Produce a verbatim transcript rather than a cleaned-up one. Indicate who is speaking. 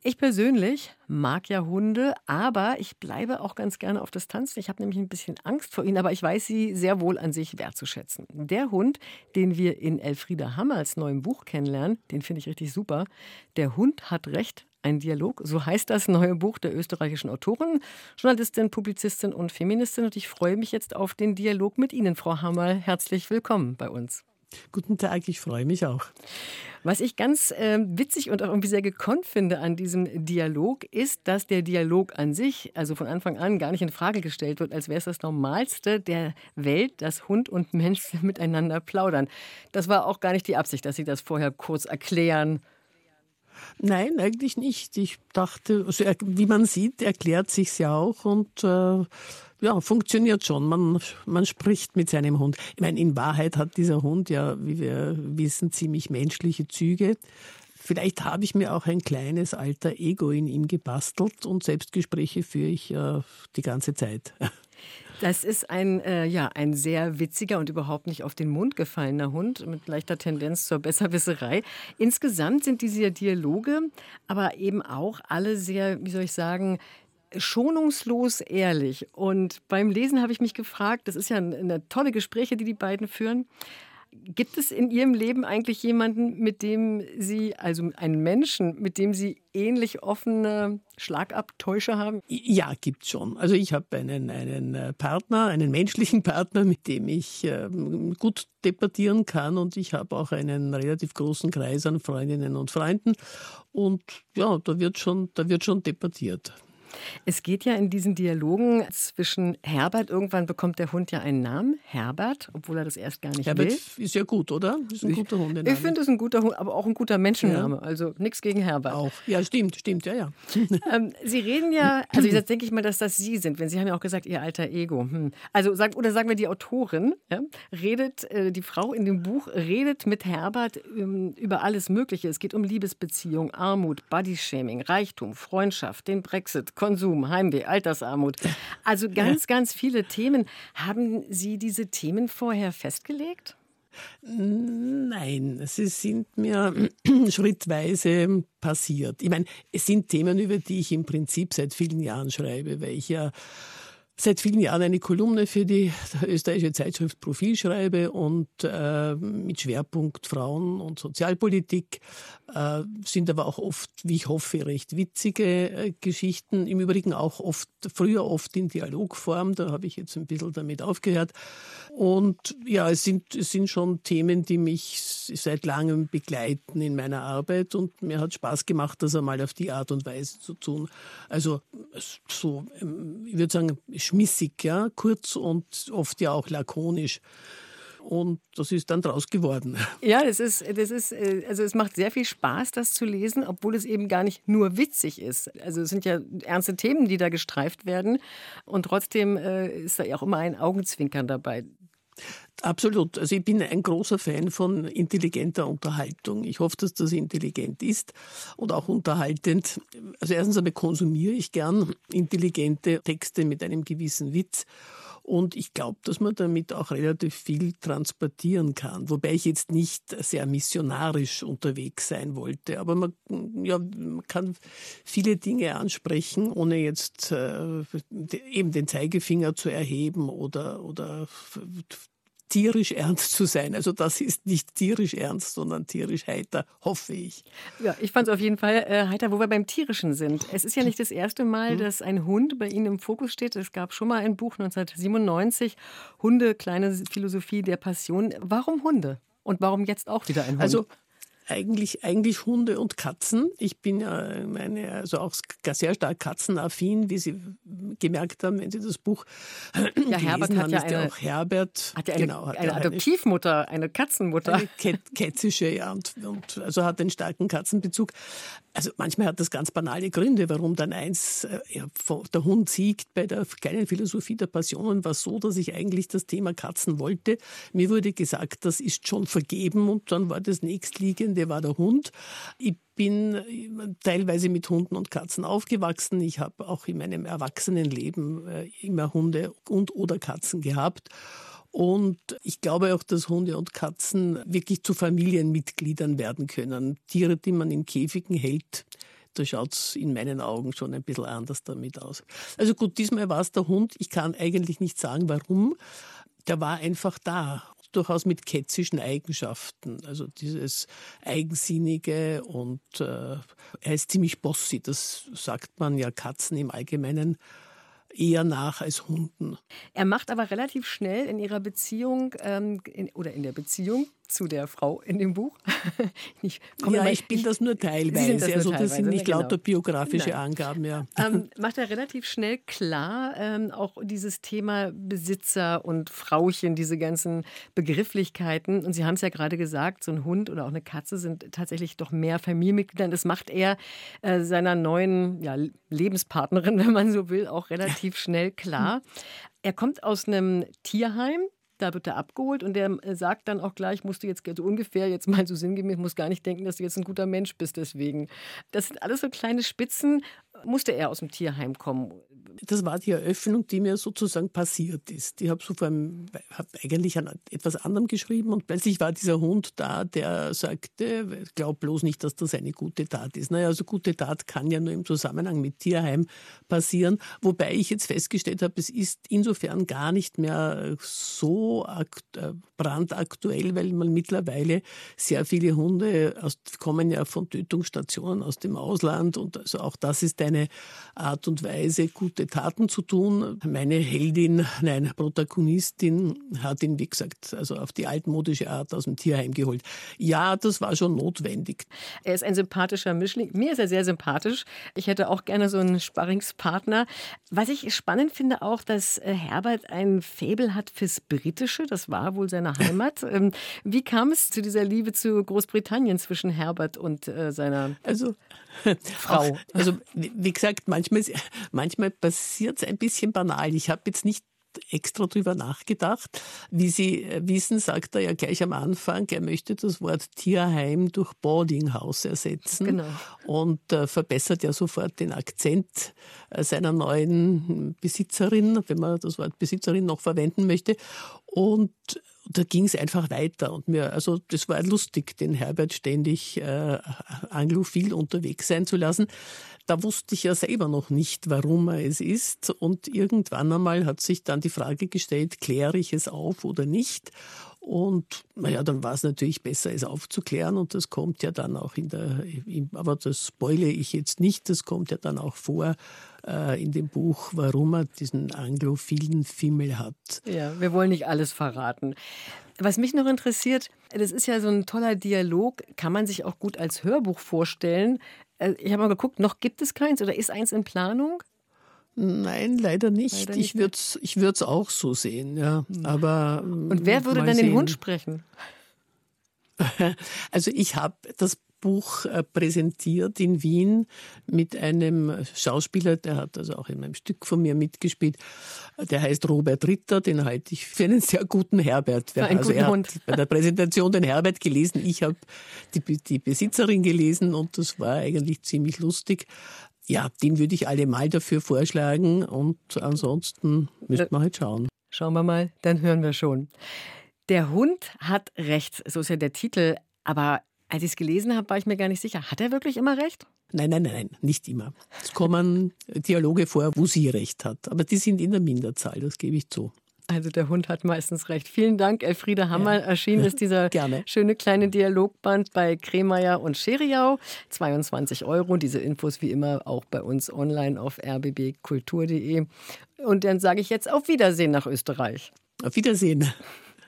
Speaker 1: Ich persönlich mag ja Hunde, aber ich bleibe auch ganz gerne auf Distanz. Ich habe nämlich ein bisschen Angst vor ihnen, aber ich weiß sie sehr wohl an sich wertzuschätzen. Der Hund, den wir in Elfriede Hammers neuem Buch kennenlernen, den finde ich richtig super. Der Hund hat Recht, ein Dialog, so heißt das neue Buch der österreichischen Autorin, Journalistin, Publizistin und Feministin. Und ich freue mich jetzt auf den Dialog mit Ihnen, Frau Hammerl. Herzlich willkommen bei uns.
Speaker 2: Guten Tag, ich freue mich auch.
Speaker 1: Was ich ganz äh, witzig und auch irgendwie sehr gekonnt finde an diesem Dialog, ist, dass der Dialog an sich, also von Anfang an, gar nicht in Frage gestellt wird, als wäre es das Normalste der Welt, dass Hund und Mensch miteinander plaudern. Das war auch gar nicht die Absicht, dass Sie das vorher kurz erklären.
Speaker 2: Nein, eigentlich nicht. Ich dachte, also, wie man sieht, erklärt sich's ja auch und äh, ja, funktioniert schon. Man, man spricht mit seinem Hund. Ich meine, in Wahrheit hat dieser Hund ja, wie wir wissen, ziemlich menschliche Züge. Vielleicht habe ich mir auch ein kleines alter Ego in ihm gebastelt und Selbstgespräche führe ich äh, die ganze Zeit.
Speaker 1: Das ist ein, äh, ja, ein sehr witziger und überhaupt nicht auf den Mund gefallener Hund mit leichter Tendenz zur Besserwisserei. Insgesamt sind diese Dialoge aber eben auch alle sehr, wie soll ich sagen, schonungslos ehrlich. Und beim Lesen habe ich mich gefragt, das ist ja eine tolle Gespräche, die die beiden führen. Gibt es in Ihrem Leben eigentlich jemanden, mit dem Sie, also einen Menschen, mit dem Sie ähnlich offene Schlagabtäusche haben?
Speaker 2: Ja, gibt's schon. Also ich habe einen, einen Partner, einen menschlichen Partner, mit dem ich äh, gut debattieren kann und ich habe auch einen relativ großen Kreis an Freundinnen und Freunden und ja, da wird schon, da wird schon debattiert.
Speaker 1: Es geht ja in diesen Dialogen zwischen Herbert, irgendwann bekommt der Hund ja einen Namen, Herbert, obwohl er das erst gar nicht
Speaker 2: Herbert
Speaker 1: will.
Speaker 2: ist ja gut, oder? Ist ein guter Hundename.
Speaker 1: Ich finde es ein guter Hund, aber auch ein guter Menschenname.
Speaker 2: Ja.
Speaker 1: Also nichts gegen Herbert.
Speaker 2: Auch. Ja, stimmt, stimmt, ja, ja.
Speaker 1: ähm, Sie reden ja, also jetzt denke ich mal, dass das Sie sind, wenn Sie haben ja auch gesagt, Ihr alter Ego. Hm. Also sag, oder sagen wir die Autorin, ja, redet, äh, die Frau in dem Buch redet mit Herbert ähm, über alles Mögliche. Es geht um Liebesbeziehung, Armut, Bodyshaming, Reichtum, Freundschaft, den Brexit, Konsum, Heimweh, Altersarmut. Also ganz, ganz viele Themen. Haben Sie diese Themen vorher festgelegt?
Speaker 2: Nein, sie sind mir schrittweise passiert. Ich meine, es sind Themen, über die ich im Prinzip seit vielen Jahren schreibe, weil ich ja seit vielen Jahren eine Kolumne für die österreichische Zeitschrift Profil schreibe und äh, mit Schwerpunkt Frauen- und Sozialpolitik, äh, sind aber auch oft, wie ich hoffe, recht witzige äh, Geschichten. Im Übrigen auch oft, früher oft in Dialogform, da habe ich jetzt ein bisschen damit aufgehört. Und ja, es sind, es sind schon Themen, die mich seit langem begleiten in meiner Arbeit und mir hat Spaß gemacht, das einmal auf die Art und Weise zu tun. Also so, ich würde sagen, schmissig, ja, kurz und oft ja auch lakonisch. Und das ist dann draus geworden.
Speaker 1: Ja, das ist, das ist, also es macht sehr viel Spaß, das zu lesen, obwohl es eben gar nicht nur witzig ist. Also es sind ja ernste Themen, die da gestreift werden. Und trotzdem ist da ja auch immer ein Augenzwinkern dabei.
Speaker 2: Absolut. Also ich bin ein großer Fan von intelligenter Unterhaltung. Ich hoffe, dass das intelligent ist und auch unterhaltend. Also erstens einmal konsumiere ich gern intelligente Texte mit einem gewissen Witz. Und ich glaube, dass man damit auch relativ viel transportieren kann. Wobei ich jetzt nicht sehr missionarisch unterwegs sein wollte. Aber man, ja, man kann viele Dinge ansprechen, ohne jetzt äh, eben den Zeigefinger zu erheben oder, oder tierisch ernst zu sein. Also das ist nicht tierisch ernst, sondern tierisch heiter, hoffe ich.
Speaker 1: Ja, ich fand es auf jeden Fall äh, heiter, wo wir beim Tierischen sind. Es ist ja nicht das erste Mal, dass ein Hund bei Ihnen im Fokus steht. Es gab schon mal ein Buch neunzehnhundertsiebenundneunzig, Hunde, kleine Philosophie der Passion. Warum Hunde? Und warum jetzt auch wieder ein Hund?
Speaker 2: Also Eigentlich, eigentlich Hunde und Katzen. Ich bin ja meine, also auch sehr stark katzenaffin, wie Sie gemerkt haben, wenn Sie das Buch
Speaker 1: ja,
Speaker 2: gelesen
Speaker 1: Herbert
Speaker 2: haben,
Speaker 1: hat ja
Speaker 2: ist ja
Speaker 1: eine,
Speaker 2: auch Herbert.
Speaker 1: Hat ja eine,
Speaker 2: genau, hat
Speaker 1: eine
Speaker 2: ja
Speaker 1: Adoptivmutter, eine Katzenmutter.
Speaker 2: Eine kätzische, ja, und, und also hat einen starken Katzenbezug. Also manchmal hat das ganz banale Gründe, warum dann eins, äh, ja, der Hund siegt. Bei der kleinen Philosophie der Passionen war es so, dass ich eigentlich das Thema Katzen wollte. Mir wurde gesagt, das ist schon vergeben und dann war das nächstliegende war der Hund. Ich bin teilweise mit Hunden und Katzen aufgewachsen. Ich habe auch in meinem Erwachsenenleben äh, immer Hunde und oder Katzen gehabt. Und ich glaube auch, dass Hunde und Katzen wirklich zu Familienmitgliedern werden können. Tiere, die man in Käfigen hält, da schaut es in meinen Augen schon ein bisschen anders damit aus. Also gut, diesmal war es der Hund. Ich kann eigentlich nicht sagen, warum. Der war einfach da. Durchaus mit ketzischen Eigenschaften. Also dieses Eigensinnige und äh, er ist ziemlich bossy. Das sagt man ja Katzen im Allgemeinen eher nach als Hunden.
Speaker 1: Er macht aber relativ schnell in ihrer Beziehung ähm, in, oder in der Beziehung zu der Frau in dem Buch. ich
Speaker 2: ja, mal, ich bin das nur teilweise. Das nur also das teilweise, sind nicht genau. lauter biografische Nein. Angaben. Ja.
Speaker 1: Ähm, macht er relativ schnell klar, ähm, auch dieses Thema Besitzer und Frauchen, diese ganzen Begrifflichkeiten. Und Sie haben es ja gerade gesagt, so ein Hund oder auch eine Katze sind tatsächlich doch mehr Familienmitglieder. Das macht er äh, seiner neuen ja, Lebenspartnerin, wenn man so will, auch relativ schnell klar. Er kommt aus einem Tierheim. Da wird er abgeholt und der sagt dann auch gleich, musst du jetzt so ungefähr, jetzt mal so sinngemäß, musst gar nicht denken, dass du jetzt ein guter Mensch bist deswegen. Das sind alles so kleine Spitzen. Musste er aus dem Tierheim kommen?
Speaker 2: Das war die Eröffnung, die mir sozusagen passiert ist. Ich habe so vor einem, hab eigentlich an etwas anderem geschrieben und plötzlich war dieser Hund da, der sagte, glaub bloß nicht, dass das eine gute Tat ist. Naja, also gute Tat kann ja nur im Zusammenhang mit Tierheim passieren, wobei ich jetzt festgestellt habe, es ist insofern gar nicht mehr so brandaktuell, weil man mittlerweile sehr viele Hunde aus, kommen ja von Tötungsstationen aus dem Ausland und also auch das ist eine Art und Weise, gute Taten zu tun. Meine Heldin, nein, Protagonistin hat ihn, wie gesagt, also auf die altmodische Art aus dem Tierheim geholt. Ja, das war schon notwendig.
Speaker 1: Er ist ein sympathischer Mischling. Mir ist er sehr sympathisch. Ich hätte auch gerne so einen Sparringspartner. Was ich spannend finde auch, dass Herbert ein Faible hat fürs Britische. Das war wohl seine Heimat. Wie kam es zu dieser Liebe zu Großbritannien zwischen Herbert und seiner
Speaker 2: also, Frau? Auch, also wie gesagt, manchmal, manchmal passiert es ein bisschen banal. Ich habe jetzt nicht extra drüber nachgedacht. Wie Sie wissen, sagt er ja gleich am Anfang, er möchte das Wort Tierheim durch Boardinghouse ersetzen.
Speaker 1: Genau.
Speaker 2: Und äh, verbessert ja sofort den Akzent äh, seiner neuen Besitzerin, wenn man das Wort Besitzerin noch verwenden möchte. Und da ging es einfach weiter. Und mir, also das war lustig, den Herbert ständig äh, anglophil unterwegs sein zu lassen. Da wusste ich ja selber noch nicht, warum er es ist. Und irgendwann einmal hat sich dann die Frage gestellt, kläre ich es auf oder nicht? Und naja, dann war es natürlich besser, es aufzuklären. Und das kommt ja dann auch in der, aber das spoile ich jetzt nicht, das kommt ja dann auch vor äh, in dem Buch, warum er diesen anglophilen Fimmel hat.
Speaker 1: Ja, wir wollen nicht alles verraten. Was mich noch interessiert, das ist ja so ein toller Dialog, kann man sich auch gut als Hörbuch vorstellen. Ich habe mal geguckt, noch gibt es keins oder ist eins in Planung?
Speaker 2: Nein, leider nicht. Leider nicht. Ich würde es ich würd's auch so sehen. Ja. Aber,
Speaker 1: und wer würde dann sehen. Den Hund sprechen?
Speaker 2: Also ich habe das Buch präsentiert in Wien mit einem Schauspieler, der hat also auch in einem Stück von mir mitgespielt. Der heißt Robert Ritter, den halte ich für einen sehr guten Herbert.
Speaker 1: Für einen
Speaker 2: also
Speaker 1: guten
Speaker 2: er
Speaker 1: Hund.
Speaker 2: hat bei der Präsentation den Herbert gelesen, ich habe die, die Besitzerin gelesen und das war eigentlich ziemlich lustig. Ja, den würde ich allemal dafür vorschlagen und ansonsten müsste man halt schauen.
Speaker 1: Schauen wir mal, dann hören wir schon. Der Hund hat recht, so ist ja der Titel, aber als ich es gelesen habe, war ich mir gar nicht sicher. Hat er wirklich immer recht?
Speaker 2: Nein, nein, nein, nicht immer. Es kommen Dialoge vor, wo sie recht hat. Aber die sind in der Minderzahl, das gebe ich zu.
Speaker 1: Also der Hund hat meistens recht. Vielen Dank, Elfriede Hammerl. Ja. Erschienen ist dieser
Speaker 2: Gerne.
Speaker 1: schöne kleine Dialogband bei Kremeyer und Scheriau. zweiundzwanzig Euro. Diese Infos wie immer auch bei uns online auf r b b kultur punkt d e. Und dann sage ich jetzt auf Wiedersehen nach Österreich.
Speaker 2: Auf Wiedersehen.